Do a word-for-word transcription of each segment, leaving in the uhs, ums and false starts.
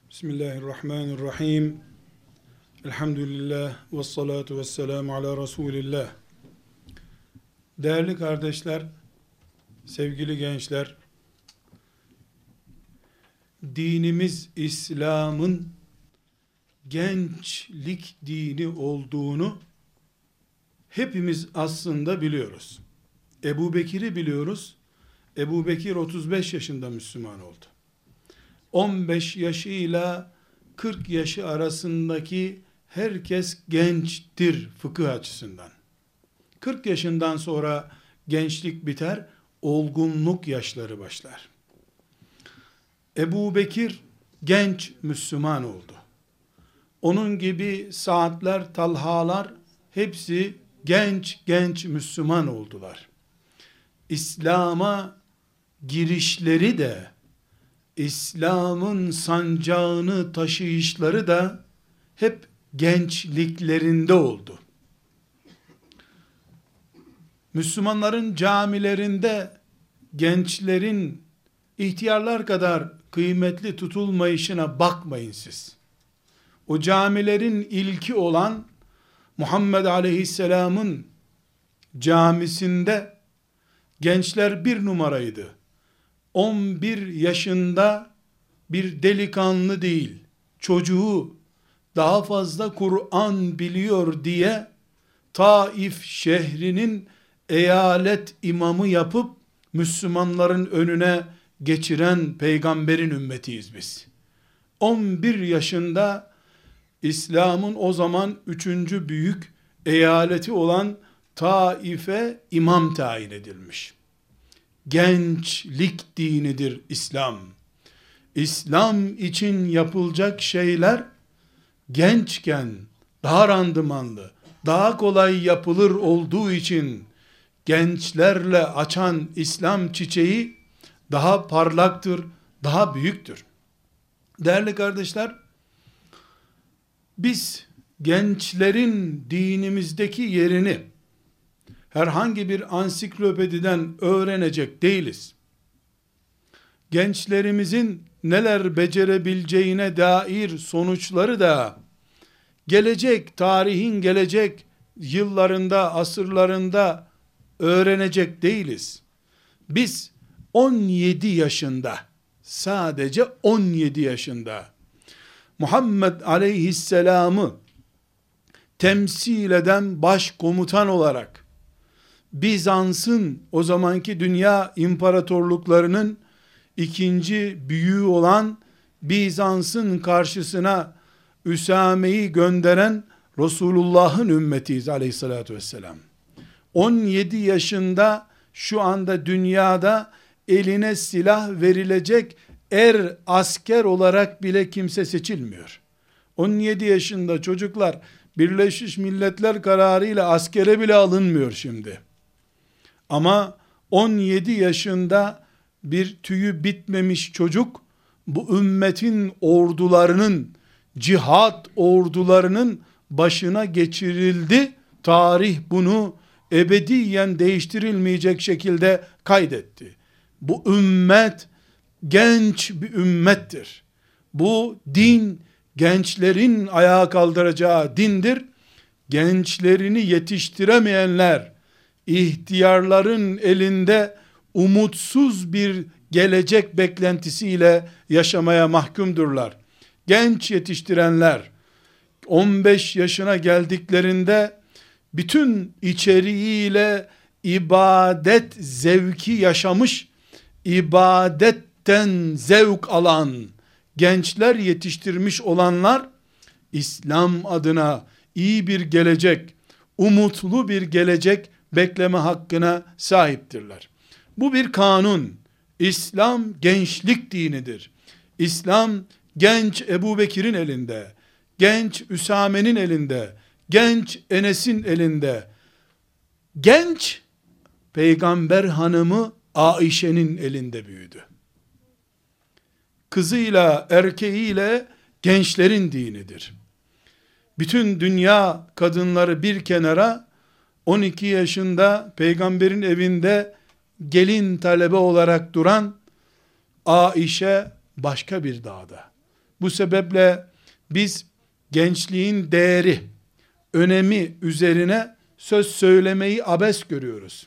Bismillahirrahmanirrahim. Elhamdülillah ve salatu ve selamu ala Resulillah. Değerli kardeşler, sevgili gençler, dinimiz İslam'ın gençlik dini olduğunu hepimiz aslında biliyoruz. Ebu Bekir'i biliyoruz. Ebu Bekir otuz beş yaşında Müslüman oldu. on beş yaşıyla kırk yaşı arasındaki herkes gençtir fıkıh açısından. kırk yaşından sonra gençlik biter, olgunluk yaşları başlar. Ebu Bekir genç Müslüman oldu. Onun gibi Saadler, Talhalar hepsi genç genç Müslüman oldular. İslam'a girişleri de, İslam'ın sancağını taşıyışları da hep gençliklerinde oldu. Müslümanların camilerinde gençlerin ihtiyarlar kadar kıymetli tutulmayışına bakmayın siz. O camilerin ilki olan Muhammed Aleyhisselam'ın camisinde gençler bir numaraydı. on bir yaşında bir delikanlı değil, çocuğu daha fazla Kur'an biliyor diye Taif şehrinin eyalet imamı yapıp Müslümanların önüne geçiren peygamberin ümmetiyiz biz. on bir yaşında İslam'ın o zaman üçüncü büyük eyaleti olan Taif'e imam tayin edilmiş. Gençlik dinidir İslam. İslam için yapılacak şeyler gençken daha randımanlı, daha kolay yapılır olduğu için gençlerle açan İslam çiçeği daha parlaktır, daha büyüktür. Değerli kardeşler, biz gençlerin dinimizdeki yerini herhangi bir ansiklopediden öğrenecek değiliz. Gençlerimizin neler becerebileceğine dair sonuçları da gelecek, tarihin gelecek yıllarında, asırlarında öğrenecek değiliz. Biz on yedi yaşında, sadece on yedi yaşında Muhammed Aleyhisselam'ı temsil eden başkomutan olarak Bizans'ın, o zamanki dünya imparatorluklarının ikinci büyüğü olan Bizans'ın karşısına Üsame'yi gönderen Resulullah'ın ümmetiyiz aleyhissalatü vesselam. on yedi yaşında şu anda dünyada eline silah verilecek er asker olarak bile kimse seçilmiyor. on yedi yaşında çocuklar Birleşmiş Milletler kararıyla askere bile alınmıyor şimdi. Ama on yedi yaşında bir tüyü bitmemiş çocuk, bu ümmetin ordularının, cihat ordularının başına geçirildi. Tarih bunu ebediyen değiştirilmeyecek şekilde kaydetti. Bu ümmet genç bir ümmettir. Bu din gençlerin ayağa kaldıracağı dindir. Gençlerini yetiştiremeyenler, ihtiyarların elinde umutsuz bir gelecek beklentisiyle yaşamaya mahkumdurlar. Genç yetiştirenler on beş yaşına geldiklerinde bütün içeriğiyle ibadet zevki yaşamış, ibadetten zevk alan gençler yetiştirmiş olanlar İslam adına iyi bir gelecek, umutlu bir gelecek bekleme hakkına sahiptirler. Bu bir kanun. İslam gençlik dinidir. İslam genç Ebu Bekir'in elinde, genç Üsame'nin elinde, genç Enes'in elinde, genç Peygamber hanımı Aişe'nin elinde büyüdü. Kızıyla, erkeğiyle gençlerin dinidir. Bütün dünya kadınları bir kenara, on iki yaşında peygamberin evinde gelin talebe olarak duran Aişe başka bir dağda. Bu sebeple biz gençliğin değeri, önemi üzerine söz söylemeyi abes görüyoruz.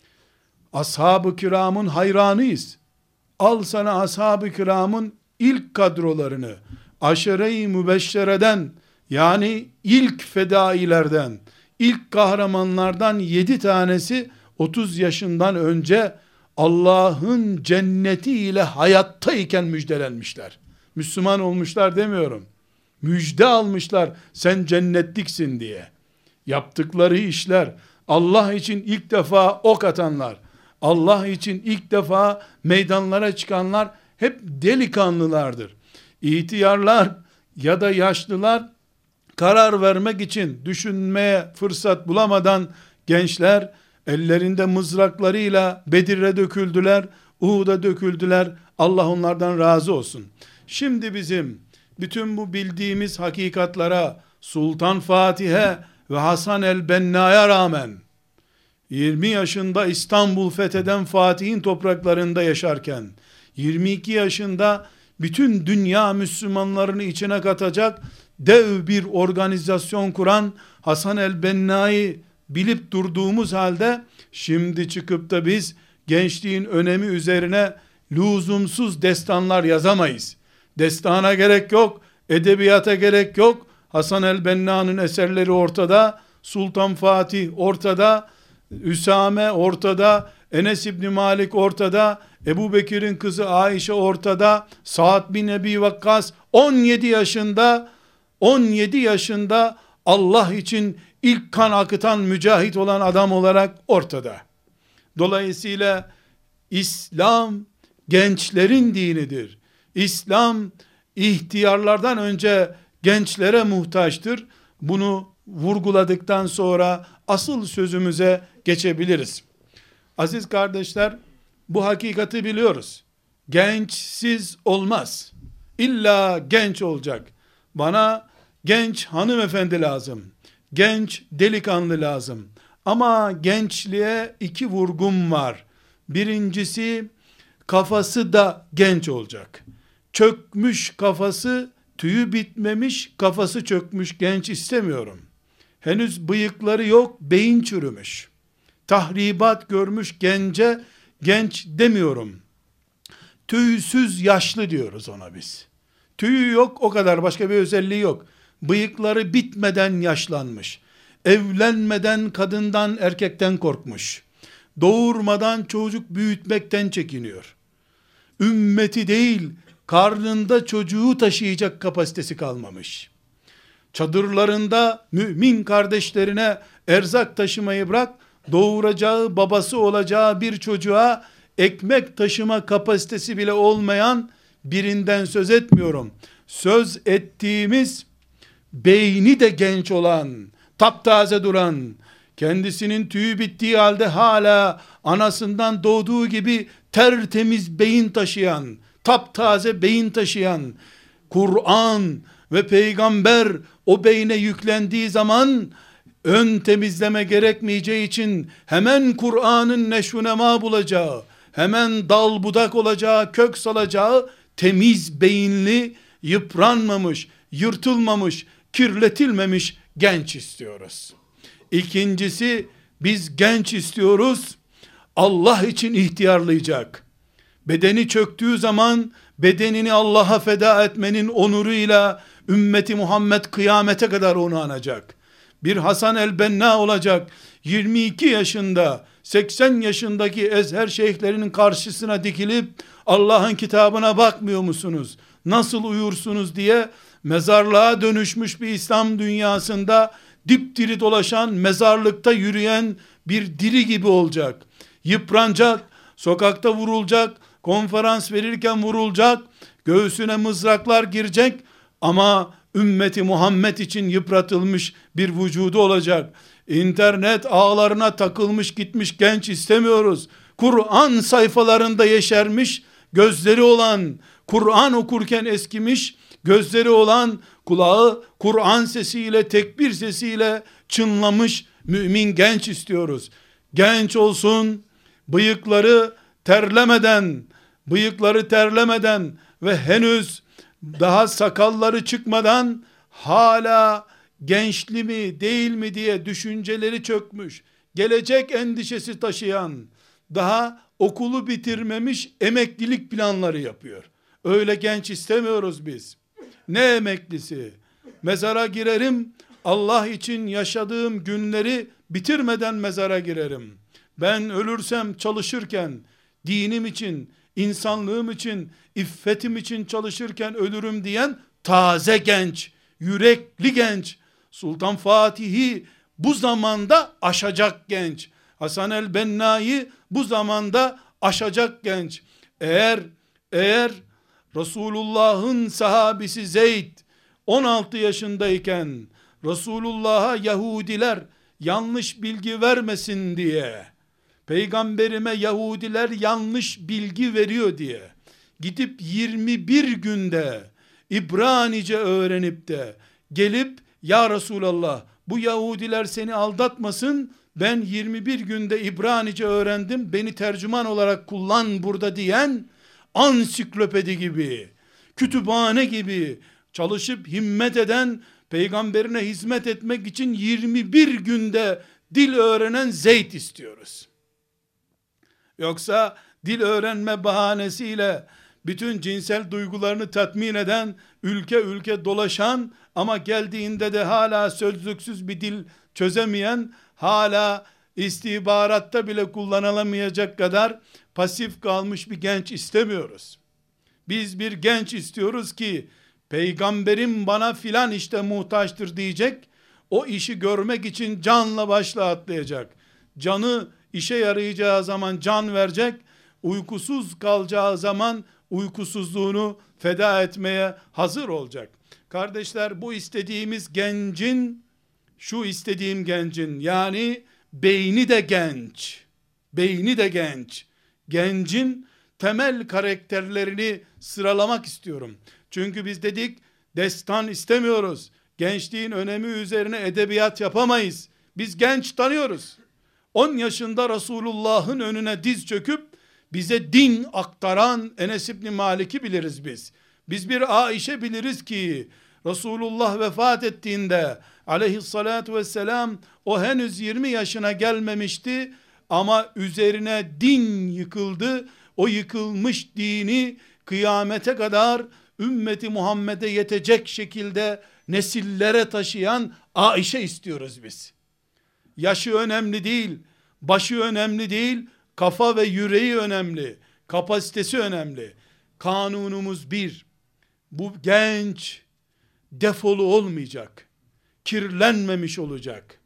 Ashab-ı kiramın hayranıyız. Al sana ashab-ı kiramın ilk kadrolarını, aşere-i mübeşşereden, yani ilk fedailerden, ilk kahramanlardan yedi tanesi otuz yaşından önce Allah'ın cenneti ile hayattayken müjdelenmişler. Müslüman olmuşlar demiyorum. Müjde almışlar, sen cennetliksin diye. Yaptıkları işler, Allah için ilk defa ok atanlar, Allah için ilk defa meydanlara çıkanlar hep delikanlılardır. İhtiyarlar ya da yaşlılar karar vermek için düşünmeye fırsat bulamadan gençler ellerinde mızraklarıyla Bedir'e döküldüler, Uhud'a döküldüler. Allah onlardan razı olsun. Şimdi bizim bütün bu bildiğimiz hakikatlara Sultan Fatih'e ve Hasan el-Benna'ya rağmen yirmi yaşında İstanbul fetheden Fatih'in topraklarında yaşarken yirmi iki yaşında bütün dünya Müslümanlarını içine katacak dev bir organizasyon kuran Hasan el-Benna'yı bilip durduğumuz halde şimdi çıkıp da biz gençliğin önemi üzerine lüzumsuz destanlar yazamayız. Destana gerek yok, edebiyata gerek yok. Hasan el-Benna'nın eserleri ortada, Sultan Fatih ortada, Üsame ortada, Enes İbni Malik ortada, Ebu Bekir'in kızı Ayşe ortada, Sa'd bin Ebi Vakkas on yedi yaşında, on yedi yaşında Allah için ilk kan akıtan mücahit olan adam olarak ortada. Dolayısıyla İslam gençlerin dinidir. İslam ihtiyarlardan önce gençlere muhtaçtır. Bunu vurguladıktan sonra asıl sözümüze geçebiliriz. Aziz kardeşler, bu hakikati biliyoruz. Gençsiz olmaz. İlla genç olacak. Bana genç hanımefendi lazım. Genç delikanlı lazım. Ama gençliğe iki vurgum var. Birincisi, kafası da genç olacak. Çökmüş kafası, tüyü bitmemiş kafası çökmüş genç istemiyorum. Henüz bıyıkları yok, beyin çürümüş. Tahribat görmüş gence genç demiyorum. Tüysüz yaşlı diyoruz ona biz. Tüyü yok, o kadar, başka bir özelliği yok. Bıyıkları bitmeden yaşlanmış. Evlenmeden kadından erkekten korkmuş. Doğurmadan çocuk büyütmekten çekiniyor. Ümmeti değil, karnında çocuğu taşıyacak kapasitesi kalmamış. Çadırlarında mümin kardeşlerine erzak taşımayı bırak, doğuracağı, babası olacağı bir çocuğa ekmek taşıma kapasitesi bile olmayan birinden söz etmiyorum. Söz ettiğimiz beyni de genç olan, taptaze duran, kendisinin tüyü bittiği halde hala anasından doğduğu gibi tertemiz beyin taşıyan, taptaze beyin taşıyan, Kur'an ve peygamber o beyne yüklendiği zaman ön temizleme gerekmeyeceği için hemen Kur'an'ın neşvunema bulacağı, hemen dal budak olacağı, kök salacağı temiz beyinli, yıpranmamış, yırtılmamış, kirletilmemiş genç istiyoruz. İkincisi, biz genç istiyoruz, Allah için ihtiyarlayacak. Bedeni çöktüğü zaman bedenini Allah'a feda etmenin onuruyla ümmeti Muhammed kıyamete kadar onu anacak. Bir Hasan el-Benna olacak. yirmi iki yaşında, seksen yaşındaki Ezher şeyhlerinin karşısına dikilip Allah'ın kitabına bakmıyor musunuz? Nasıl uyursunuz diye mezarlığa dönüşmüş bir İslam dünyasında dipdiri dolaşan, mezarlıkta yürüyen bir diri gibi olacak. Yıpranacak, sokakta vurulacak, konferans verirken vurulacak, göğsüne mızraklar girecek ama ümmeti Muhammed için yıpratılmış bir vücudu olacak. İnternet ağlarına takılmış gitmiş genç istemiyoruz. Kur'an sayfalarında yeşermiş, gözleri olan, Kur'an okurken eskimiş, gözleri olan, kulağı Kur'an sesiyle, tekbir sesiyle çınlamış mümin genç istiyoruz. Genç olsun, bıyıkları terlemeden, bıyıkları terlemeden ve henüz daha sakalları çıkmadan hala gençli mi değil mi diye düşünceleri çökmüş, gelecek endişesi taşıyan, daha okulu bitirmemiş emeklilik planları yapıyor. Öyle genç istemiyoruz biz. Ne emeklisi? Mezara girerim, Allah için yaşadığım günleri bitirmeden mezara girerim. Ben ölürsem çalışırken, dinim için, insanlığım için, iffetim için çalışırken ölürüm diyen taze genç, yürekli genç, Sultan Fatih'i bu zamanda aşacak genç, Hasan el-Benna'yı bu zamanda aşacak genç. Eğer eğer Resulullah'ın sahabisi Zeyd on altı yaşındayken Resulullah'a Yahudiler yanlış bilgi vermesin diye, peygamberime Yahudiler yanlış bilgi veriyor diye gidip yirmi bir günde İbranice öğrenip de gelip, ya Resulallah bu Yahudiler seni aldatmasın, ben yirmi bir günde İbranice öğrendim, beni tercüman olarak kullan burada diyen, ansiklopedi gibi, kütüphane gibi çalışıp himmet eden, peygamberine hizmet etmek için yirmi bir günde dil öğrenen Zeyd istiyoruz. Yoksa dil öğrenme bahanesiyle bütün cinsel duygularını tatmin eden, ülke ülke dolaşan ama geldiğinde de hala sözlüksüz bir dil çözemeyen, hala istihbaratta bile kullanılamayacak kadar pasif kalmış bir genç istemiyoruz. Biz bir genç istiyoruz ki peygamberim bana filan işte muhtaçtır diyecek, o işi görmek için canla başla atlayacak, canı işe yarayacağı zaman can verecek, uykusuz kalacağı zaman uykusuzluğunu feda etmeye hazır olacak. Kardeşler, bu istediğimiz gencin, şu istediğim gencin, yani beyni de genç, beyni de genç, gencin temel karakterlerini sıralamak istiyorum. Çünkü biz dedik, destan istemiyoruz. Gençliğin önemi üzerine edebiyat yapamayız. Biz genç tanıyoruz. on yaşında Resulullah'ın önüne diz çöküp bize din aktaran Enes İbni Malik'i biliriz biz. Biz bir Aişe biliriz ki Resulullah vefat ettiğinde aleyhissalatu vesselam o henüz yirmi yaşına gelmemişti ama üzerine din yıkıldı. O yıkılmış dini kıyamete kadar ümmeti Muhammed'e yetecek şekilde nesillere taşıyan Aişe istiyoruz biz. Yaşı önemli değil, başı önemli değil, kafa ve yüreği önemli, kapasitesi önemli. Kanunumuz bir, bu genç defolu olmayacak, kirlenmemiş olacak.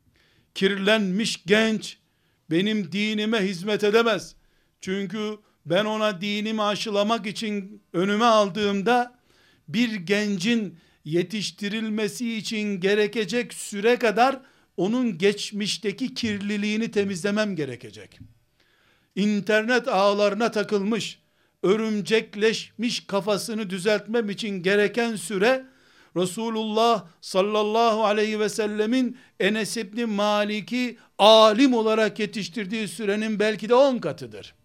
Kirlenmiş genç benim dinime hizmet edemez. Çünkü ben ona dinimi aşılamak için önüme aldığımda bir gencin yetiştirilmesi için gerekecek süre kadar onun geçmişteki kirliliğini temizlemem gerekecek. İnternet ağlarına takılmış, örümcekleşmiş kafasını düzeltmem için gereken süre, Resulullah sallallahu aleyhi ve sellemin Enes İbni Malik'i alim olarak yetiştirdiği sürenin belki de on katıdır.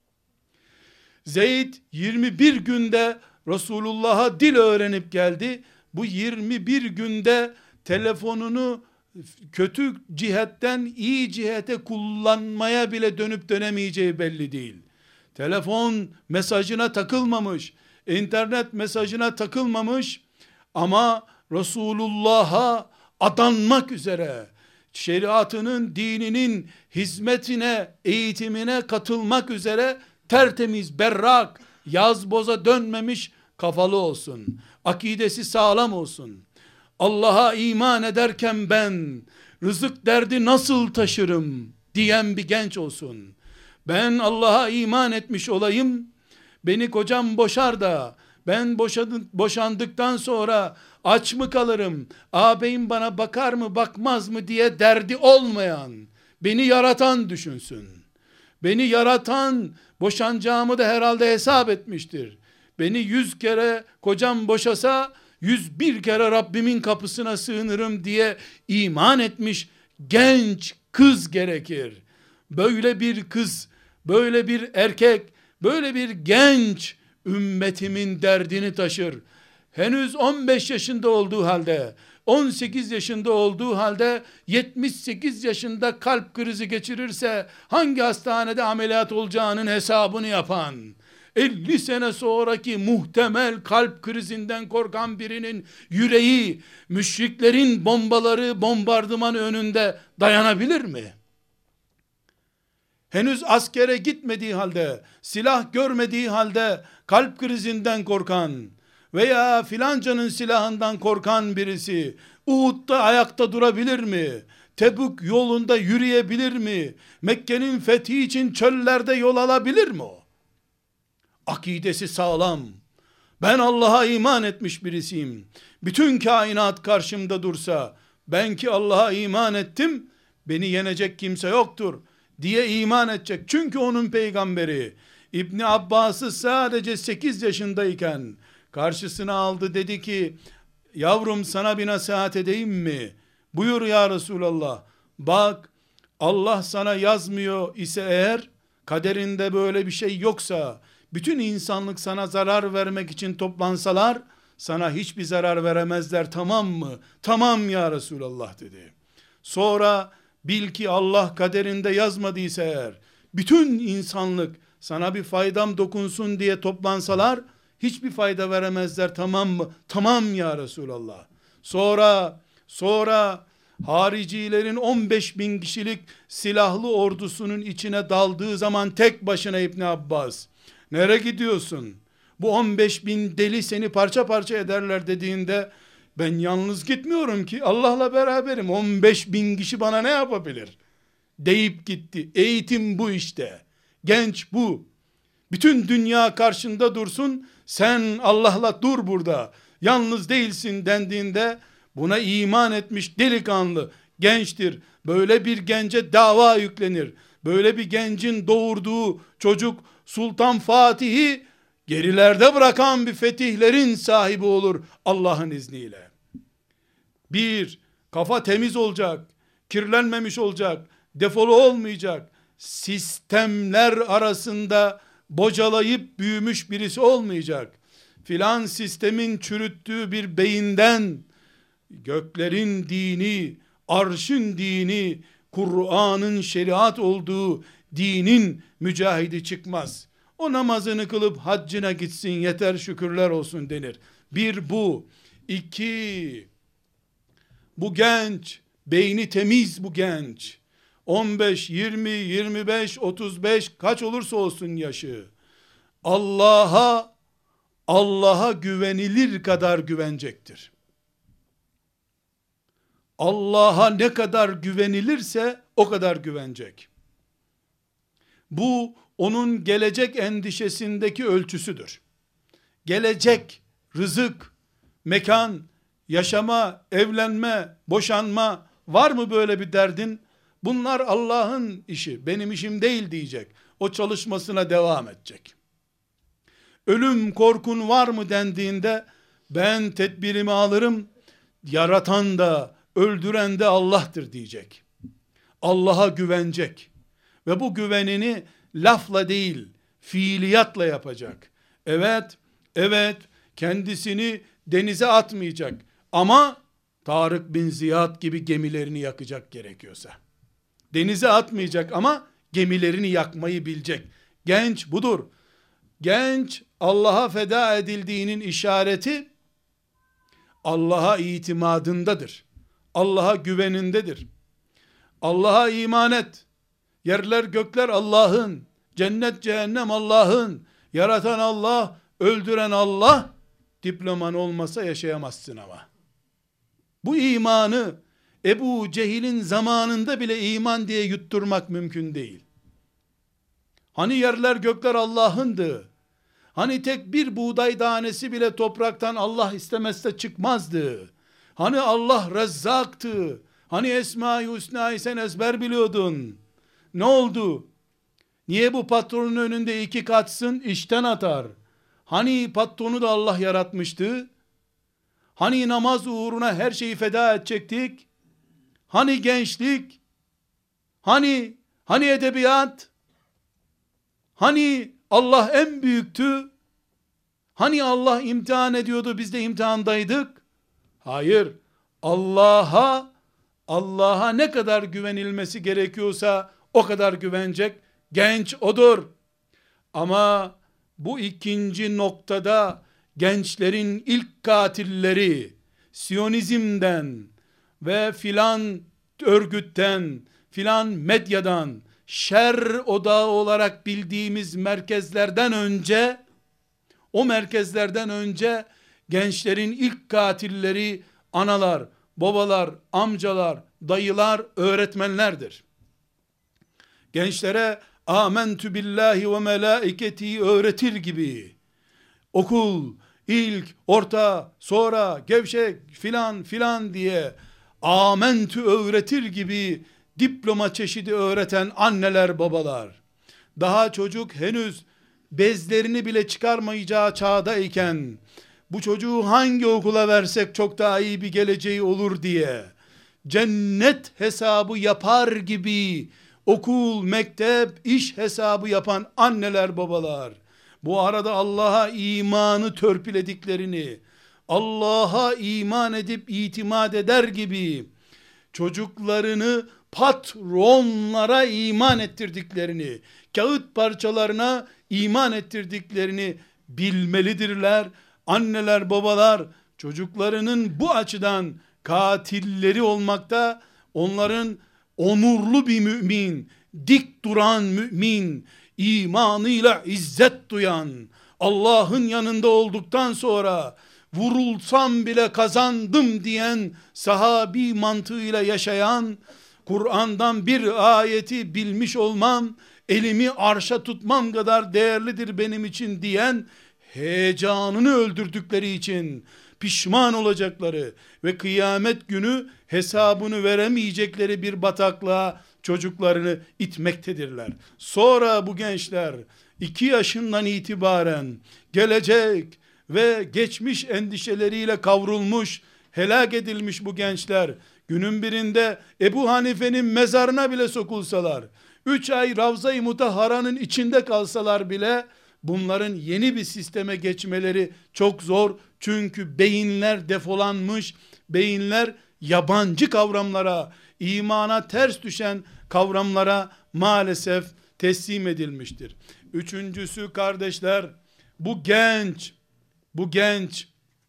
Zeyd yirmi bir günde Resulullah'a dil öğrenip geldi. Bu yirmi bir günde telefonunu kötü cihetten iyi cihete kullanmaya bile dönüp dönemeyeceği belli değil. Telefon mesajına takılmamış, internet mesajına takılmamış ama Resulullah'a adanmak üzere, şeriatının, dininin hizmetine, eğitimine katılmak üzere tertemiz, berrak, yaz boza dönmemiş kafalı olsun. Akidesi sağlam olsun. Allah'a iman ederken ben rızık derdi nasıl taşırım diyen bir genç olsun. Ben Allah'a iman etmiş olayım, beni kocam boşar da ben boşadım, boşandıktan sonra aç mı kalırım, ağabeyim bana bakar mı bakmaz mı diye derdi olmayan, beni yaratan düşünsün. Beni yaratan boşanacağımı da herhalde hesap etmiştir. Beni yüz kere kocam boşasa yüz bir kere Rabbimin kapısına sığınırım diye iman etmiş genç kız gerekir. Böyle bir kız, böyle bir erkek, böyle bir genç ümmetimin derdini taşır. henüz on beş yaşında olduğu halde, on sekiz yaşında olduğu halde yetmiş sekiz yaşında kalp krizi geçirirse hangi hastanede ameliyat olacağının hesabını yapan, elli sene sonraki muhtemel kalp krizinden korkan birinin yüreği müşriklerin bombaları, bombardıman önünde dayanabilir mi? Henüz askere gitmediği halde, silah görmediği halde kalp krizinden korkan veya filancanın silahından korkan birisi Uhud'da ayakta durabilir mi? Tebük yolunda yürüyebilir mi? Mekke'nin fethi için çöllerde yol alabilir mi o? Akidesi sağlam. Ben Allah'a iman etmiş birisiyim. Bütün kainat karşımda dursa, ben ki Allah'a iman ettim, beni yenecek kimse yoktur diye iman edecek. Çünkü onun peygamberi İbni Abbas'ı sadece sekiz yaşındayken karşısına aldı, dedi ki yavrum sana bir nasihat edeyim mi? Buyur ya Resulallah. Bak, Allah sana yazmıyor ise eğer, kaderinde böyle bir şey yoksa, bütün insanlık sana zarar vermek için toplansalar sana hiçbir zarar veremezler, tamam mı? Tamam ya Resulallah dedi. Sonra bil ki Allah kaderinde yazmadıysa eğer, bütün insanlık sana bir faydam dokunsun diye toplansalar hiçbir fayda veremezler, tamam mı? Tamam ya Resulallah. Sonra sonra haricilerin on beş bin kişilik silahlı ordusunun içine daldığı zaman tek başına İbni Abbas, nereye gidiyorsun? Bu on beş bin deli seni parça parça ederler dediğinde, ben yalnız gitmiyorum ki, Allah'la beraberim, on beş bin kişi bana ne yapabilir? Deyip gitti. Eğitim bu işte. Genç bu. Bütün dünya karşında dursun, sen Allah'la dur burada, yalnız değilsin dendiğinde, buna iman etmiş delikanlı, gençtir. Böyle bir gence dava yüklenir. Böyle bir gencin doğurduğu çocuk, Sultan Fatih'i gerilerde bırakan bir fetihlerin sahibi olur Allah'ın izniyle. Bir, kafa temiz olacak, kirlenmemiş olacak, defolu olmayacak, sistemler arasında bocalayıp büyümüş birisi olmayacak. Filan sistemin çürüttüğü bir beyinden göklerin dini, arşın dini, Kur'an'ın şeriat olduğu dinin mücahidi çıkmaz. O namazını kılıp haccına gitsin yeter, şükürler olsun denir. Bir bu. İki, bu genç, beyni temiz bu genç, on beş, yirmi, yirmi beş, otuz beş kaç olursa olsun yaşı, Allah'a Allah'a güvenilir kadar güvenecektir. Allah'a ne kadar güvenilirse o kadar güvenecek. Bu onun gelecek endişesindeki ölçüsüdür. Gelecek, rızık, mekan, yaşama, evlenme, boşanma, var mı böyle bir derdin? Bunlar Allah'ın işi, benim işim değil diyecek. O çalışmasına devam edecek. Ölüm korkun var mı dendiğinde, ben tedbirimi alırım, yaratan da öldüren de Allah'tır diyecek. Allah'a güvenecek ve bu güvenini lafla değil, fiiliyatla yapacak. Evet, evet, kendisini denize atmayacak ama Tarık bin Ziyad gibi gemilerini yakacak gerekiyorsa. Denize atmayacak ama gemilerini yakmayı bilecek. Genç budur. Genç, Allah'a feda edildiğinin işareti Allah'a itimadındadır. Allah'a güvenindedir. Allah'a iman et. Yerler gökler Allah'ın, cennet cehennem Allah'ın, yaratan Allah, öldüren Allah. Diploman olmasa yaşayamazsın ama. Bu imanı Ebu Cehil'in zamanında bile iman diye yutturmak mümkün değil. Hani yerler gökler Allah'ındı. Hani tek bir buğday tanesi bile topraktan Allah istemezse çıkmazdı. Hani Allah Rezzak'tı. Hani Esma-i Hüsna'yı sen ezber biliyordun. Ne oldu? Niye bu patronun önünde iki katsın, işten atar? Hani patronu da Allah yaratmıştı? Hani namaz uğruna her şeyi feda edecektik? Hani gençlik? Hani hani edebiyat? Hani Allah en büyüktü? Hani Allah imtihan ediyordu, biz de imtihandaydık? Hayır. Allah'a Allah'a ne kadar güvenilmesi gerekiyorsa o kadar güvenecek genç odur. Ama bu ikinci noktada gençlerin ilk katilleri Siyonizmden ve filan örgütten, filan medyadan, şer odağı olarak bildiğimiz merkezlerden önce, o merkezlerden önce gençlerin ilk katilleri analar, babalar, amcalar, dayılar, öğretmenlerdir. Gençlere amentü billahi ve melaiketi öğretir gibi okul, ilk, orta, sonra, gevşek filan filan diye amentü öğretir gibi diploma çeşidi öğreten anneler, babalar, daha çocuk henüz bezlerini bile çıkarmayacağı çağdayken bu çocuğu hangi okula versek çok daha iyi bir geleceği olur diye cennet hesabı yapar gibi okul, mektep, iş hesabı yapan anneler, babalar, bu arada Allah'a imanı törpülediklerini, Allah'a iman edip itimat eder gibi çocuklarını patronlara iman ettirdiklerini, kağıt parçalarına iman ettirdiklerini bilmelidirler. Anneler, babalar çocuklarının bu açıdan katilleri olmakta, onların onurlu bir mümin, dik duran mümin, imanıyla izzet duyan, Allah'ın yanında olduktan sonra vurulsam bile kazandım diyen sahabi mantığıyla yaşayan, Kur'an'dan bir ayeti bilmiş olmam, elimi arşa tutmam kadar değerlidir benim için diyen, heyecanını öldürdükleri için pişman olacakları ve kıyamet günü hesabını veremeyecekleri bir bataklığa çocuklarını itmektedirler. Sonra bu gençler iki yaşından itibaren gelecek ve geçmiş endişeleriyle kavrulmuş, helak edilmiş bu gençler, günün birinde Ebu Hanife'nin mezarına bile sokulsalar, üç ay Ravza-i Mutahhara'nın içinde kalsalar bile, bunların yeni bir sisteme geçmeleri çok zor. Çünkü beyinler defolanmış, beyinler yabancı kavramlara, imana ters düşen kavramlara maalesef teslim edilmiştir. Üçüncüsü kardeşler, bu genç, bu genç,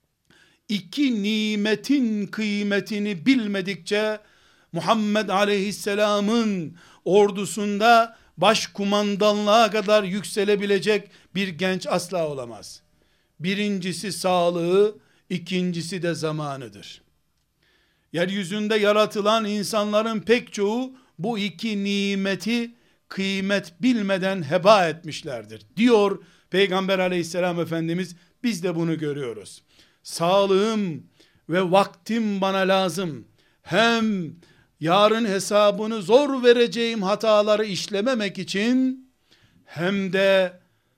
iki nimetin kıymetini bilmedikçe, Muhammed Aleyhisselam'ın ordusunda başkumandanlığa kadar yükselebilecek bir genç asla olamaz. Birincisi sağlığı, ikincisi de zamanıdır. Yeryüzünde yaratılan insanların pek çoğu bu iki nimeti kıymet bilmeden heba etmişlerdir diyor Peygamber Aleyhisselam Efendimiz. Biz de bunu görüyoruz. Sağlığım ve vaktim bana lazım. Hem yarın hesabını zor vereceğim hataları işlememek için, hem de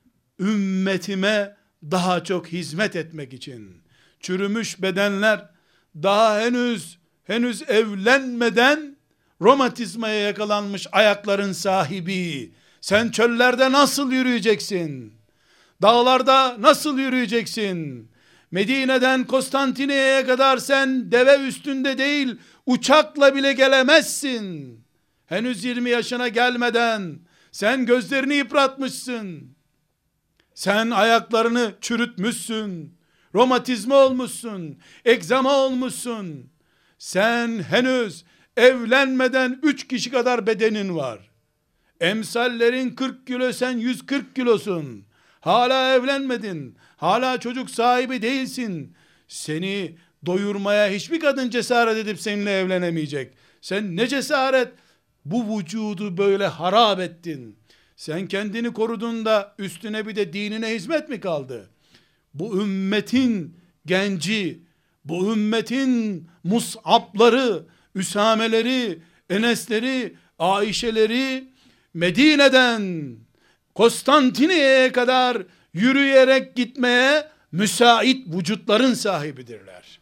ümmetime daha çok hizmet etmek için. Çürümüş bedenler daha henüz henüz evlenmeden romatizmaya yakalanmış ayakların sahibi. Sen çöllerde nasıl yürüyeceksin? Dağlarda nasıl yürüyeceksin? Medine'den Konstantiniyye'ye kadar sen deve üstünde değil, uçakla bile gelemezsin. Henüz yirmi yaşına gelmeden sen gözlerini yıpratmışsın. Sen ayaklarını çürütmüşsün. Romatizma olmuşsun. Egzama olmuşsun. Sen henüz evlenmeden üç kişi kadar bedenin var. Emsallerin kırk kilo, sen yüz kırk kilosun. Hala evlenmedin. Hala çocuk sahibi değilsin. Seni doyurmaya hiçbir kadın cesaret edip seninle evlenemeyecek. Sen ne cesaret bu vücudu böyle harap ettin. Sen kendini korudun da üstüne bir de dinine hizmet mi kaldı? Bu ümmetin genci, bu ümmetin Mus'abları, Üsameleri, Enesleri, Ayşeleri Medine'den Konstantiniyye'ye kadar yürüyerek gitmeye müsait vücutların sahibidirler.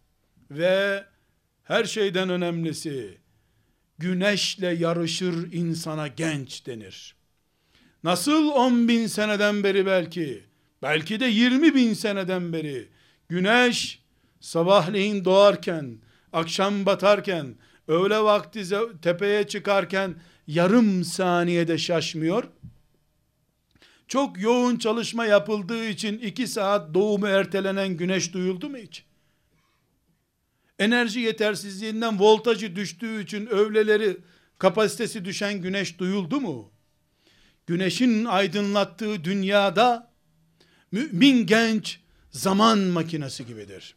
Ve her şeyden önemlisi, güneşle yarışır insana genç denir. Nasıl on bin seneden beri belki belki de yirmi bin seneden beri güneş sabahleyin doğarken, akşam batarken, öğle vakti tepeye çıkarken yarım saniyede şaşmıyor. Çok yoğun çalışma yapıldığı için iki saat doğumu ertelenen güneş duyuldu mu hiç? Enerji yetersizliğinden voltajı düştüğü için öğleleri kapasitesi düşen güneş duyuldu mu? Güneşin aydınlattığı dünyada mümin genç zaman makinesi gibidir.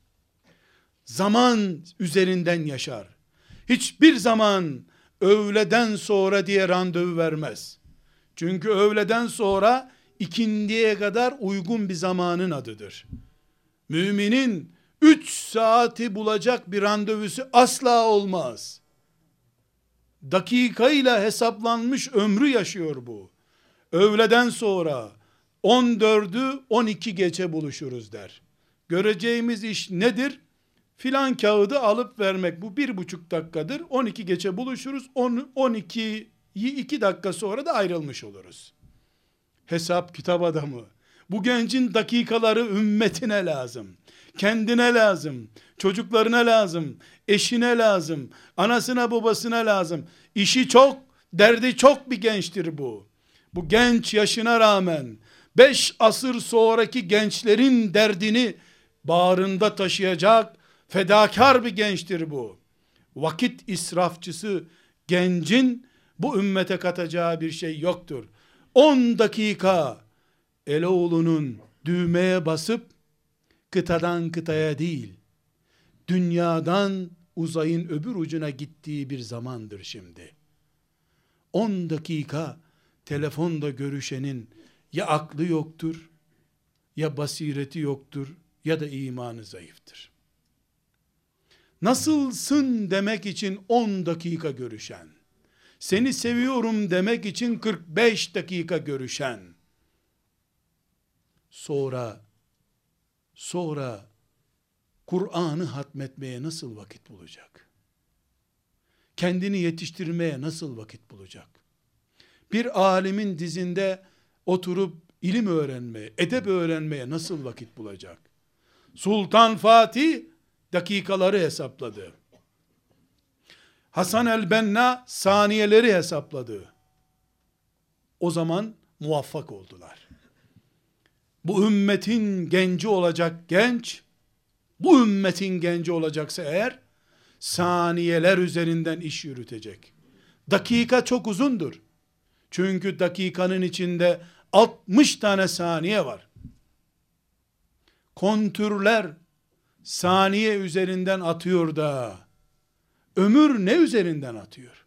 Zaman üzerinden yaşar. Hiçbir zaman öğleden sonra diye randevu vermez. Çünkü öğleden sonra ikindiye kadar uygun bir zamanın adıdır. Müminin üç saati bulacak bir randevusu asla olmaz. Dakikayla hesaplanmış ömrü yaşıyor bu. Öğleden sonra on dördü on iki geçe buluşuruz der. Göreceğimiz iş nedir? Filan kağıdı alıp vermek. Bu bir buçuk dakikadır. on iki geçe buluşuruz. on ikiyi iki dakika sonra da ayrılmış oluruz. Hesap kitap adamı. Bu gencin dakikaları ümmetine lazım. Kendine lazım. Çocuklarına lazım. Eşine lazım. Anasına babasına lazım. İşi çok, derdi çok bir gençtir bu. Bu genç yaşına rağmen beş asır sonraki gençlerin derdini bağrında taşıyacak fedakar bir gençtir bu. Vakit israfçısı gencin bu ümmete katacağı bir şey yoktur. on dakika Eloğlu'nun düğmeye basıp kıtadan kıtaya değil, dünyadan uzayın öbür ucuna gittiği bir zamandır şimdi. on dakika telefonda görüşenin ya aklı yoktur, ya basireti yoktur, ya da imanı zayıftır. Nasılsın demek için on dakika görüşen, seni seviyorum demek için kırk beş dakika görüşen, sonra, sonra Kur'an'ı hatmetmeye nasıl vakit bulacak? Kendini yetiştirmeye nasıl vakit bulacak? Bir alimin dizinde oturup ilim öğrenmeye, edep öğrenmeye nasıl vakit bulacak? Sultan Fatih dakikaları hesapladı. Hasan el-Benna saniyeleri hesapladı. O zaman muvaffak oldular. Bu ümmetin genci olacak genç, bu ümmetin genci olacaksa eğer, saniyeler üzerinden iş yürütecek. Dakika çok uzundur. Çünkü dakikanın içinde altmış tane saniye var. Kontürler saniye üzerinden atıyor da, ömür ne üzerinden atıyor?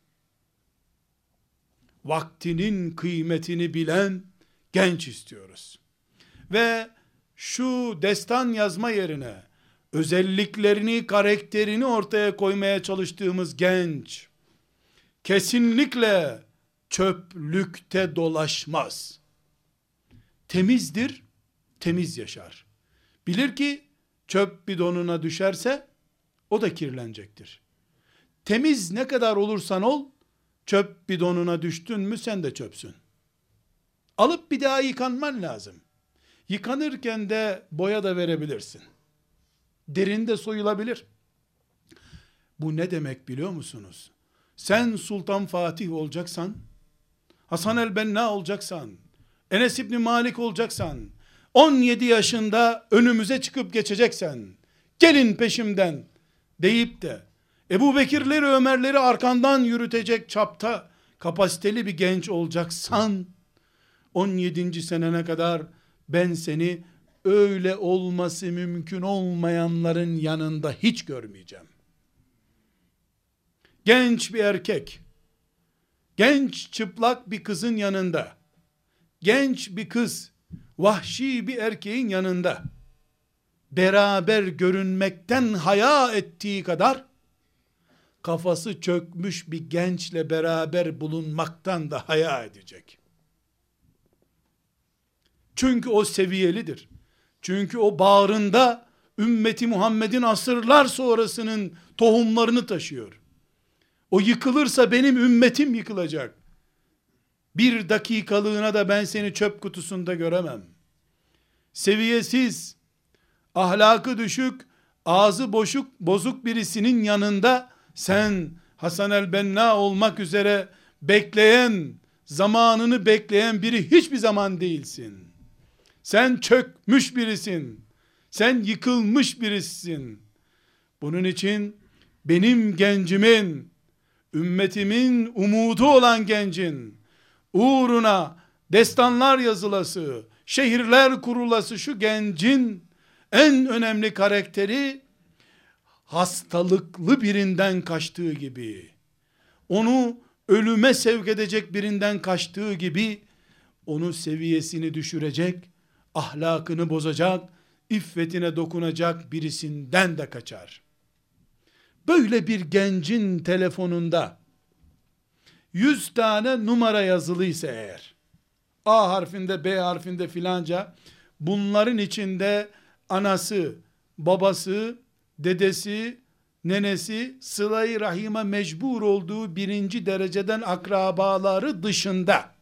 Vaktinin kıymetini bilen genç istiyoruz. Ve şu destan yazma yerine, özelliklerini, karakterini ortaya koymaya çalıştığımız genç, kesinlikle çöplükte dolaşmaz. Temizdir, temiz yaşar. Bilir ki, çöp bidonuna düşerse, o da kirlenecektir. Temiz ne kadar olursan ol, çöp bidonuna düştün mü sen de çöpsün. Alıp bir daha yıkanman lazım. Yıkanırken de boya da verebilirsin. Derinde soyulabilir. Bu ne demek biliyor musunuz? Sen Sultan Fatih olacaksan, Hasan el-Benna olacaksan, Enes İbni Malik olacaksan, on yedi yaşında önümüze çıkıp geçeceksen, gelin peşimden deyip de, Ebu Bekirleri, Ömerleri arkandan yürütecek çapta kapasiteli bir genç olacaksan, on yedinci senene kadar ben seni öyle olması mümkün olmayanların yanında hiç görmeyeceğim. Genç bir erkek, genç çıplak bir kızın yanında, genç bir kız, vahşi bir erkeğin yanında, beraber görünmekten haya ettiği kadar, kafası çökmüş bir gençle beraber bulunmaktan da haya edecek. Çünkü o seviyelidir. Çünkü o bağrında ümmeti Muhammed'in asırlar sonrasının tohumlarını taşıyor. O yıkılırsa benim ümmetim yıkılacak. Bir dakikalığına da ben seni çöp kutusunda göremem. seviyesiz, ahlakı düşük, ağzı boşuk, bozuk birisinin yanında sen Hasan el-Benna olmak üzere bekleyen, zamanını bekleyen biri hiçbir zaman değilsin. Sen çökmüş birisin. Sen yıkılmış birisin. Bunun için benim gencimin, ümmetimin umudu olan gencin uğruna destanlar yazılası, şehirler kurulası şu gencin en önemli karakteri hastalıklı birinden kaçtığı gibi, onu ölüme sevk edecek birinden kaçtığı gibi, onu seviyesini düşürecek, ahlakını bozacak, iffetine dokunacak birisinden de kaçar. Böyle bir gencin telefonunda yüz tane numara yazılıysa eğer, A harfinde, B harfinde filanca, bunların içinde anası, babası, dedesi, nenesi, sıla-i rahime mecbur olduğu birinci dereceden akrabaları dışında,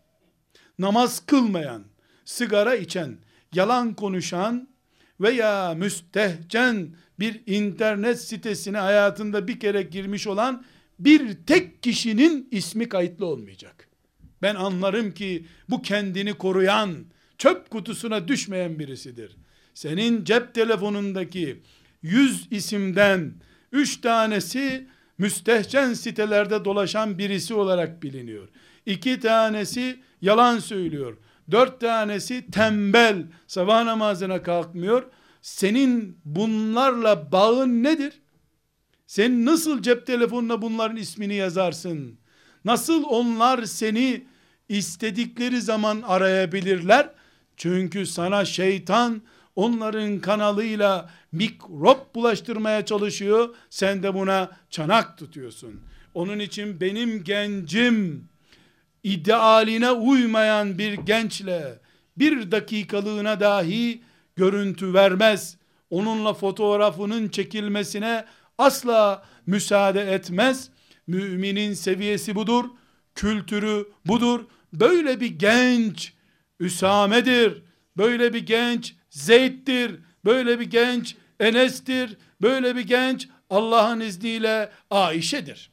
namaz kılmayan, sigara içen, yalan konuşan veya müstehcen bir internet sitesine hayatında bir kere girmiş olan bir tek kişinin ismi kayıtlı olmayacak. Ben anlarım ki bu kendini koruyan, çöp kutusuna düşmeyen birisidir. Senin cep telefonundaki yüz isimden üç tanesi müstehcen sitelerde dolaşan birisi olarak biliniyor. İki tanesi yalan söylüyor. Dört tanesi tembel, sabah namazına kalkmıyor. Senin bunlarla bağın nedir? Sen nasıl cep telefonuna bunların ismini yazarsın? Nasıl onlar seni istedikleri zaman arayabilirler? Çünkü sana şeytan onların kanalıyla mikrop bulaştırmaya çalışıyor. Sen de buna çanak tutuyorsun. Onun için benim gencim idealine uymayan bir gençle bir dakikalığına dahi görüntü vermez. Onunla fotoğrafının çekilmesine asla müsaade etmez. Müminin seviyesi budur, kültürü budur. Böyle bir genç Üsame'dir, böyle bir genç Zeyd'dir, böyle bir genç Enes'tir, böyle bir genç Allah'ın izniyle Ayşe'dir.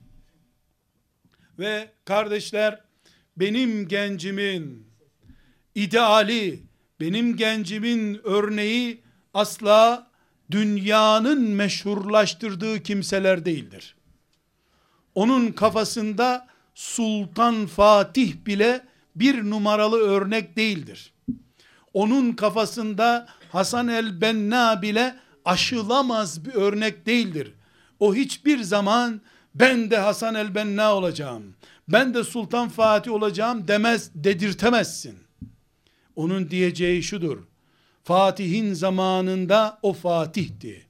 Ve kardeşler, benim gencimin ideali, benim gencimin örneği asla dünyanın meşhurlaştırdığı kimseler değildir. Onun kafasında Sultan Fatih bile bir numaralı örnek değildir. Onun kafasında Hasan el-Benna bile aşılamaz bir örnek değildir. O hiçbir zaman ben de Hasan el-Benna olacağım, ben de Sultan Fatih olacağım demez, dedirtemezsin. Onun diyeceği şudur: Fatih'in zamanında o Fatih'ti.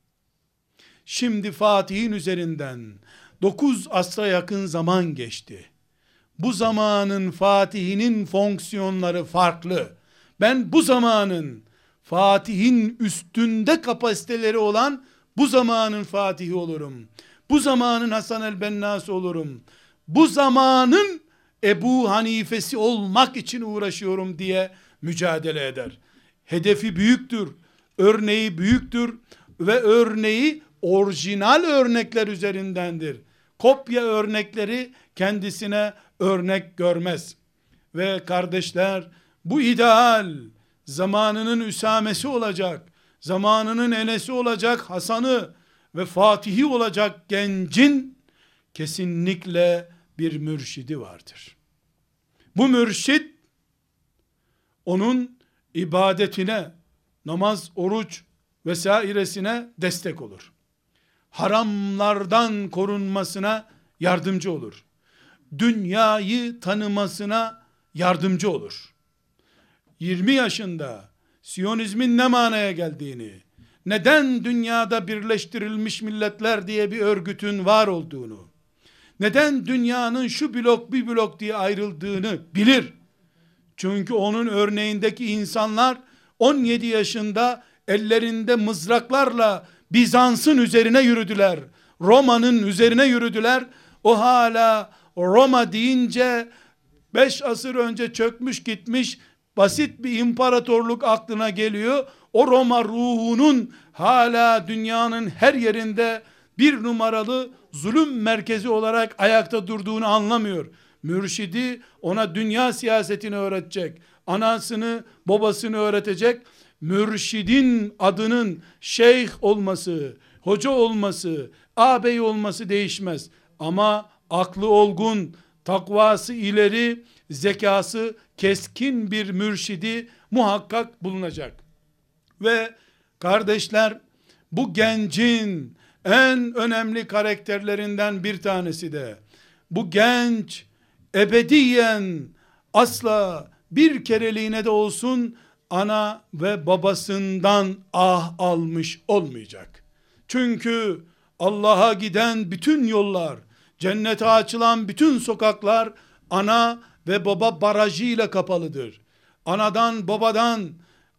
Şimdi Fatih'in üzerinden dokuz asra yakın zaman geçti. Bu zamanın Fatih'inin fonksiyonları farklı. Ben bu zamanın Fatih'in üstünde kapasiteleri olan bu zamanın Fatih'i olurum. Bu zamanın Hasan el-Benna'sı olurum. Bu zamanın Ebu Hanife'si olmak için uğraşıyorum diye mücadele eder. Hedefi büyüktür, örneği büyüktür ve örneği orijinal örnekler üzerindendir. Kopya örnekleri kendisine örnek görmez. Ve kardeşler, bu ideal zamanının Üsamesi olacak, zamanının Enes'i olacak, Hasan'ı ve Fatih'i olacak gencin kesinlikle bir mürşidi vardır. Bu mürşid onun ibadetine, namaz, oruç vesairesine destek olur. Haramlardan korunmasına yardımcı olur. Dünyayı tanımasına yardımcı olur. yirmi yaşında Siyonizmin ne manaya geldiğini, neden dünyada Birleştirilmiş Milletler diye bir örgütün var olduğunu, neden dünyanın şu blok bir blok diye ayrıldığını bilir. Çünkü onun örneğindeki insanlar on yedi yaşında ellerinde mızraklarla Bizans'ın üzerine yürüdüler. Roma'nın üzerine yürüdüler. O hala Roma deyince beş asır önce çökmüş gitmiş basit bir imparatorluk aklına geliyor. O Roma ruhunun hala dünyanın her yerinde bir numaralı zulüm merkezi olarak ayakta durduğunu anlamıyor. Mürşidi ona dünya siyasetini öğretecek. Anasını, babasını öğretecek. Mürşidin adının şeyh olması, hoca olması, ağabey olması değişmez. Ama aklı olgun, takvası ileri, zekası keskin bir mürşidi muhakkak bulunacak. Ve kardeşler, bu gencin en önemli karakterlerinden bir tanesi de, bu genç ebediyen asla bir kereliğine de olsun ana ve babasından ah almış olmayacak. Çünkü Allah'a giden bütün yollar, cennete açılan bütün sokaklar ana ve baba barajıyla kapalıdır. Anadan babadan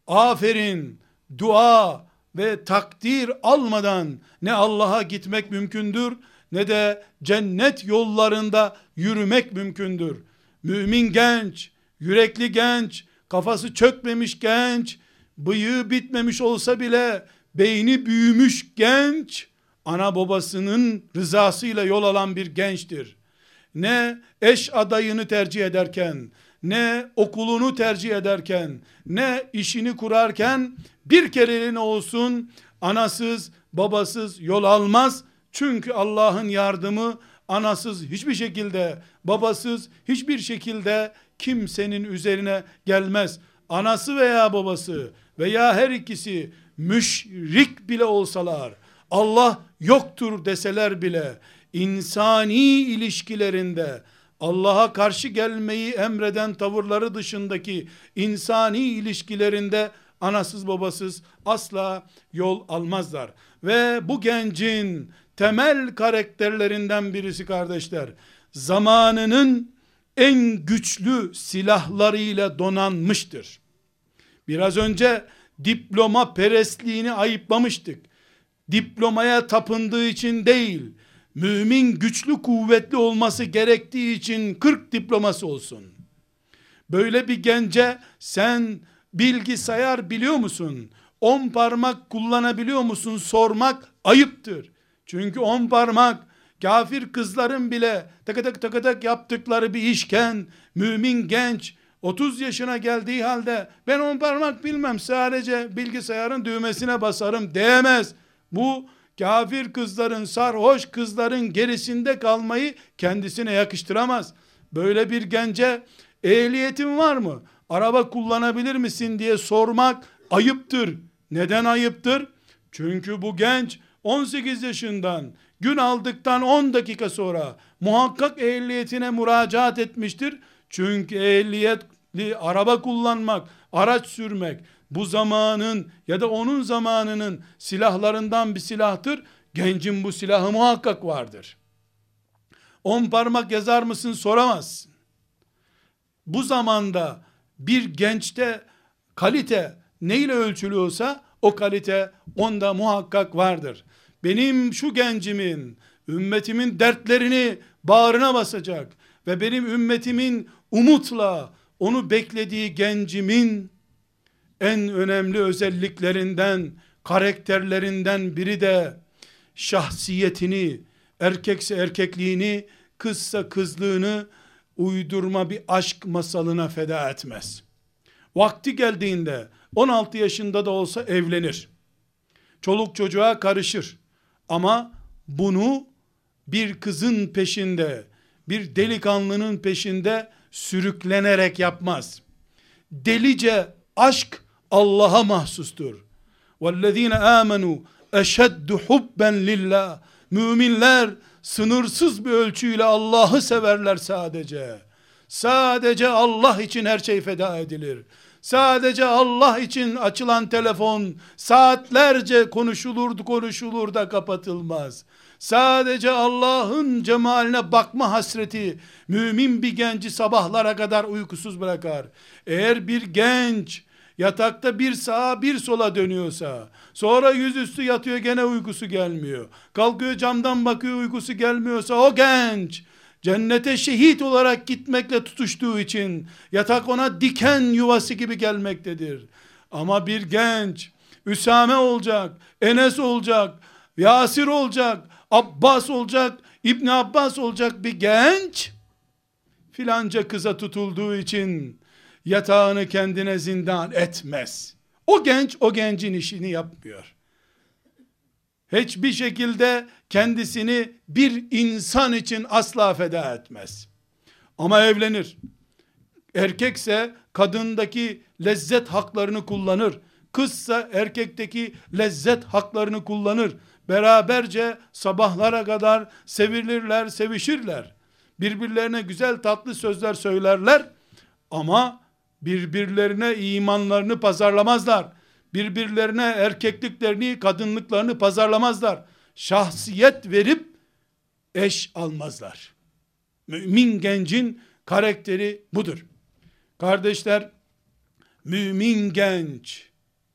aferin, dua ve takdir almadan ne Allah'a gitmek mümkündür, ne de cennet yollarında yürümek mümkündür. Mümin genç, yürekli genç, kafası çökmemiş genç, bıyığı bitmemiş olsa bile beyni büyümüş genç, ana babasının rızasıyla yol alan bir gençtir. Ne eş adayını tercih ederken, ne okulunu tercih ederken, ne işini kurarken bir kereliğine olsun anasız babasız yol almaz. Çünkü Allah'ın yardımı anasız hiçbir şekilde, babasız hiçbir şekilde kimsenin üzerine gelmez. Anası veya babası veya her ikisi müşrik bile olsalar, Allah yoktur deseler bile, insani ilişkilerinde Allah'a karşı gelmeyi emreden tavırları dışındaki insani ilişkilerinde anasız babasız asla yol almazlar. Ve bu gencin temel karakterlerinden birisi kardeşler, zamanının en güçlü silahlarıyla donanmıştır. Biraz önce diploma perestliğini ayıplamıştık. Diplomaya tapındığı için değil, mümin güçlü kuvvetli olması gerektiği için kırk diploması olsun. Böyle bir gence sen bilgisayar biliyor musun, on parmak kullanabiliyor musun sormak ayıptır. Çünkü on parmak kafir kızların bile tak tak tak tak yaptıkları bir işken, mümin genç otuz yaşına geldiği halde ben on parmak bilmem, sadece bilgisayarın düğmesine basarım diyemez. Bu kafir kızların, sarhoş kızların gerisinde kalmayı kendisine yakıştıramaz. Böyle bir gence ehliyetin var mı, araba kullanabilir misin diye sormak ayıptır. Neden ayıptır? Çünkü bu genç on sekiz yaşından gün aldıktan on dakika sonra muhakkak ehliyetine müracaat etmiştir. Çünkü ehliyetli araba kullanmak, araç sürmek bu zamanın ya da onun zamanının silahlarından bir silahtır. Gencin bu silahı muhakkak vardır. On parmak yazar mısın soramazsın. Bu zamanda bir gençte kalite neyle ölçülüyorsa o kalite onda muhakkak vardır. Benim şu gencimin, ümmetimin dertlerini bağrına basacak ve benim ümmetimin umutla onu beklediği gencimin en önemli özelliklerinden, karakterlerinden biri de şahsiyetini, erkekse erkekliğini, kızsa kızlığını uydurma bir aşk masalına feda etmez. Vakti geldiğinde on altı yaşında da olsa evlenir. Çoluk çocuğa karışır. Ama bunu bir kızın peşinde, bir delikanlının peşinde sürüklenerek yapmaz. Delice aşk Allah'a mahsustur. وَالَّذ۪ينَ آمَنُوا اَشَدُّ حُبًّا لِلّٰهِ Müminler sınırsız bir ölçüyle Allah'ı severler sadece. Sadece Allah için her şey feda edilir. Sadece Allah için açılan telefon saatlerce konuşulurdu konuşulur da kapatılmaz. Sadece Allah'ın cemaline bakma hasreti mümin bir genci sabahlara kadar uykusuz bırakar. Eğer bir genç yatakta bir sağa bir sola dönüyorsa, sonra yüzüstü yatıyor gene uykusu gelmiyor, kalkıyor camdan bakıyor uykusu gelmiyorsa, o genç cennete şehit olarak gitmekle tutuştuğu için yatak ona diken yuvası gibi gelmektedir. Ama bir genç Üsame olacak, Enes olacak, Yasir olacak, Abbas olacak, İbn Abbas olacak bir genç filanca kıza tutulduğu için yatağını kendine zindan etmez. O genç o gencin işini yapmıyor. Hiçbir şekilde kendisini bir insan için asla feda etmez. Ama evlenir. Erkekse kadındaki lezzet haklarını kullanır. Kızsa erkekteki lezzet haklarını kullanır. Beraberce sabahlara kadar sevilirler, sevişirler. Birbirlerine güzel tatlı sözler söylerler. Ama birbirlerine imanlarını pazarlamazlar. Birbirlerine erkekliklerini, kadınlıklarını pazarlamazlar. Şahsiyet verip eş almazlar. Mümin gencin karakteri budur. Kardeşler, mümin genç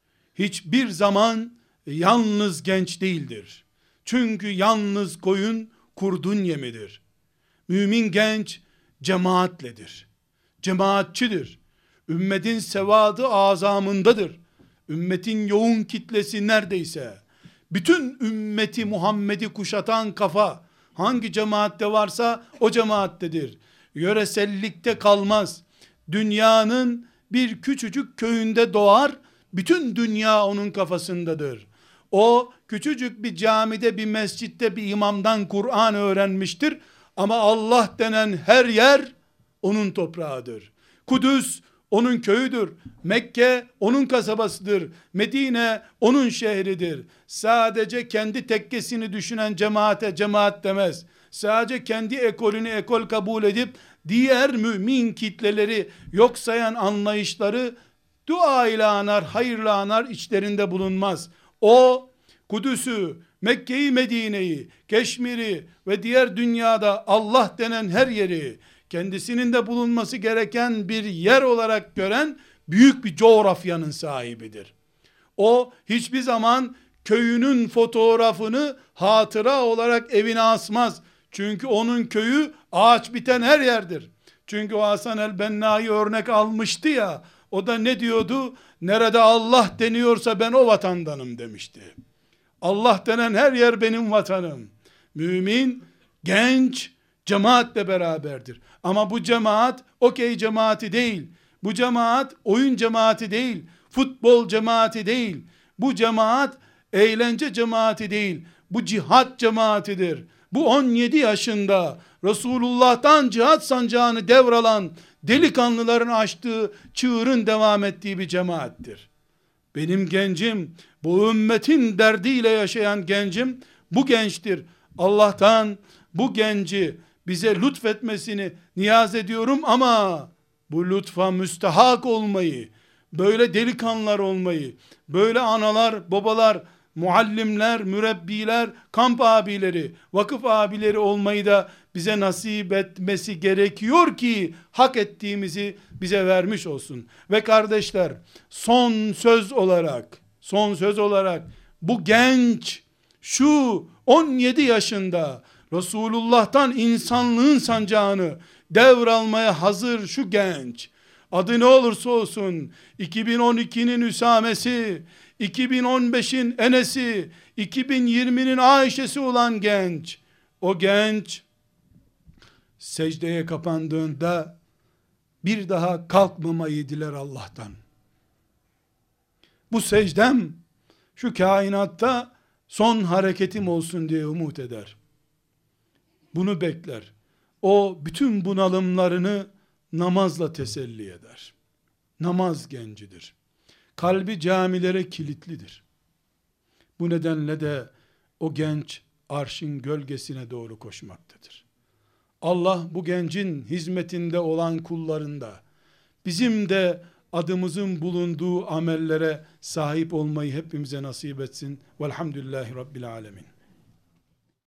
hiçbir zaman yalnız genç değildir. Çünkü yalnız koyun kurdun yemidir. Mümin genç cemaatledir. Cemaatçidir. Ümmetin sevadı azamındadır. Ümmetin yoğun kitlesi neredeyse bütün ümmeti Muhammed'i kuşatan kafa hangi cemaatte varsa o cemaattedir. Yöresellikte kalmaz. Dünyanın bir küçücük köyünde doğar, bütün dünya onun kafasındadır. O küçücük bir camide, bir mescitte bir imamdan Kur'an öğrenmiştir ama Allah denen her yer onun toprağıdır. Kudüs onun köyüdür. Mekke onun kasabasıdır. Medine onun şehridir. Sadece kendi tekkesini düşünen cemaate cemaat demez. Sadece kendi ekolünü ekol kabul edip diğer mümin kitleleri yok sayan anlayışları dua ile anar, hayırla anar, içlerinde bulunmaz. O Kudüs'ü, Mekke'yi, Medine'yi, Keşmir'i ve diğer dünyada Allah denen her yeri kendisinin de bulunması gereken bir yer olarak gören büyük bir coğrafyanın sahibidir. O hiçbir zaman köyünün fotoğrafını hatıra olarak evine asmaz. Çünkü onun köyü ağaç biten her yerdir. Çünkü o Hasan el-Benna'yı örnek almıştı ya, o da ne diyordu? Nerede Allah deniyorsa ben o vatandanım demişti. Allah denen her yer benim vatanım. Mümin, genç, cemaatle beraberdir. Ama bu cemaat okey cemaati değil. Bu cemaat oyun cemaati değil. Futbol cemaati değil. Bu cemaat eğlence cemaati değil. Bu cihat cemaatidir. Bu on yedi yaşında Resulullah'tan cihat sancağını devralan delikanlıların açtığı çığırın devam ettiği bir cemaattir. Benim gencim, bu ümmetin derdiyle yaşayan gencim bu gençtir. Allah'tan bu genci bize lütfetmesini niyaz ediyorum ama bu lütfa müstehak olmayı, böyle delikanlılar olmayı, böyle analar, babalar, muallimler, mürebbiler, kamp abileri, vakıf abileri olmayı da bize nasip etmesi gerekiyor ki hak ettiğimizi bize vermiş olsun. Ve kardeşler, son söz olarak, son söz olarak bu genç, şu on yedi yaşında Resulullah'tan insanlığın sancağını devralmaya hazır şu genç, adı ne olursa olsun, iki bin on ikinin Üsame'si, iki bin on beşin Enes'i, iki bin yirminin Ayşe'si olan genç, o genç secdeye kapandığında bir daha kalkmamayı diler Allah'tan. Bu secdem şu kainatta son hareketim olsun diye umut eder. Bunu bekler. O bütün bunalımlarını namazla teselli eder. Namaz gencidir. Kalbi camilere kilitlidir. Bu nedenle de o genç arşın gölgesine doğru koşmaktadır. Allah bu gencin hizmetinde olan kullarında bizim de adımızın bulunduğu amellere sahip olmayı hepimize nasip etsin. Velhamdülillahi Rabbil Alemin.